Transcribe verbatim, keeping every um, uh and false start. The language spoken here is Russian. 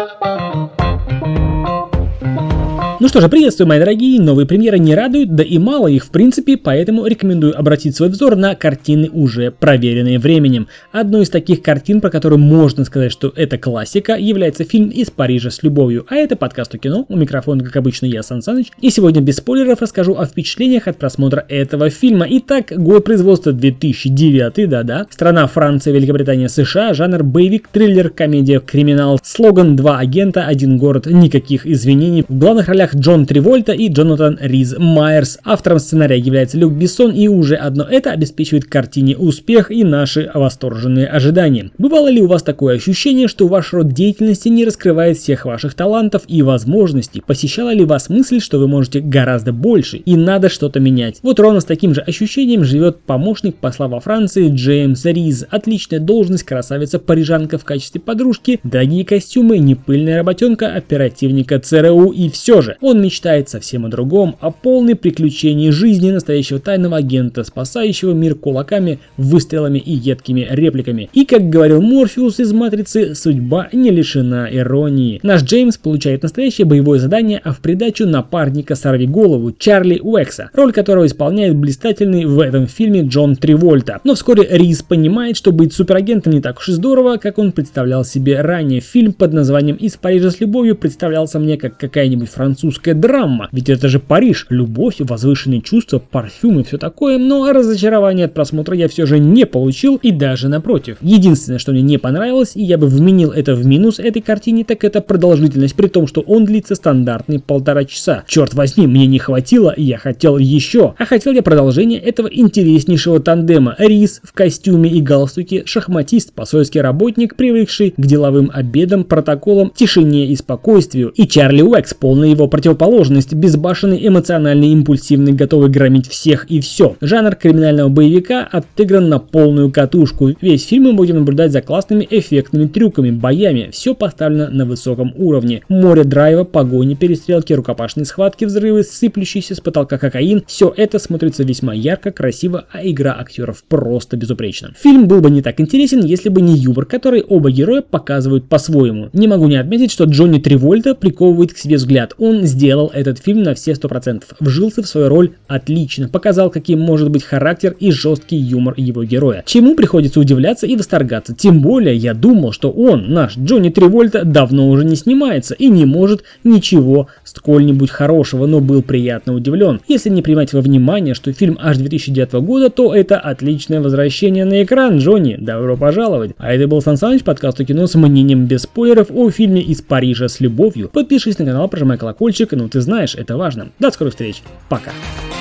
Ну что же, приветствую, мои дорогие, новые премьеры не радуют, да и мало их в принципе, поэтому рекомендую обратить свой взор на картины, уже проверенные временем. Одной из таких картин, про которую можно сказать, что это классика, является фильм «Из Парижа с любовью», а это подкаст о кино, у микрофона, как обычно, я, Сан Саныч, и сегодня без спойлеров расскажу о впечатлениях от просмотра этого фильма. Итак, год производства две тысячи девятый, да-да, страна Франция, Великобритания, США, жанр боевик, триллер, комедия, криминал, слоган «Два агента, один город, никаких извинений», в главных ролях Джон Траволта и Джонатан Рис Майерс. Автором сценария является Люк Бессон, и уже одно это обеспечивает картине успех и наши восторженные ожидания. Бывало ли у вас такое ощущение, что ваш род деятельности не раскрывает всех ваших талантов и возможностей? Посещала ли вас мысль, что вы можете гораздо больше и надо что-то менять? Вот ровно с таким же ощущением живет помощник посла во Франции Джеймс Риз. Отличная должность, красавица-парижанка в качестве подружки, дорогие костюмы, непыльная работенка оперативника ЦРУ, и все же он мечтает совсем о другом, о полной приключении жизни настоящего тайного агента, спасающего мир кулаками, выстрелами и едкими репликами. И, как говорил Морфеус из «Матрицы», судьба не лишена иронии. Наш Джеймс получает настоящее боевое задание, а в придачу напарника сорвиголову Чарли Уэкса, роль которого исполняет блистательный в этом фильме Джон Траволта. Но вскоре Риз понимает, что быть суперагентом не так уж и здорово, как он представлял себе ранее. Фильм под названием «Из Парижа с любовью» представлялся мне как какая-нибудь французская драма, ведь это же Париж, любовь, возвышенные чувства, парфюм и все такое, но разочарование от просмотра я все же не получил, и даже напротив. Единственное, что мне не понравилось, и я бы вменил это в минус этой картине, так это продолжительность, при том, что он длится стандартные полтора часа. Черт возьми, мне не хватило, и я хотел еще. А хотел я продолжение этого интереснейшего тандема. Риз в костюме и галстуке, шахматист, посольский работник, привыкший к деловым обедам, протоколам, тишине и спокойствию, и Чарли Уэкс, полный его противоположность, безбашенный, эмоциональный, импульсивный, готовый громить всех и все. Жанр криминального боевика отыгран на полную катушку. Весь фильм мы будем наблюдать за классными эффектными трюками, боями. Все поставлено на высоком уровне. Море драйва, погони, перестрелки, рукопашные схватки, взрывы, сыплющийся с потолка кокаин. Все это смотрится весьма ярко, красиво, а игра актеров просто безупречна. Фильм был бы не так интересен, если бы не юмор, который оба героя показывают по-своему. Не могу не отметить, что Джонни Траволта приковывает к себе взгляд. Он сделал этот фильм на все сто процентов, вжился в свою роль отлично, показал, каким может быть характер и жесткий юмор его героя. Чему приходится удивляться и восторгаться, тем более я думал, что он, наш Джонни Траволта, давно уже не снимается и не может ничего сколь-нибудь хорошего, но был приятно удивлен. Если не принимать во внимание, что фильм аж две тысячи девятого года, то это отличное возвращение на экран, Джонни, добро пожаловать. А это был Сан Саныч, подкаст о кино с мнением без спойлеров о фильме «Из Парижа с любовью». Подпишись на канал, прожимай колокольчик, ну ты знаешь, это важно. До скорых встреч, пока.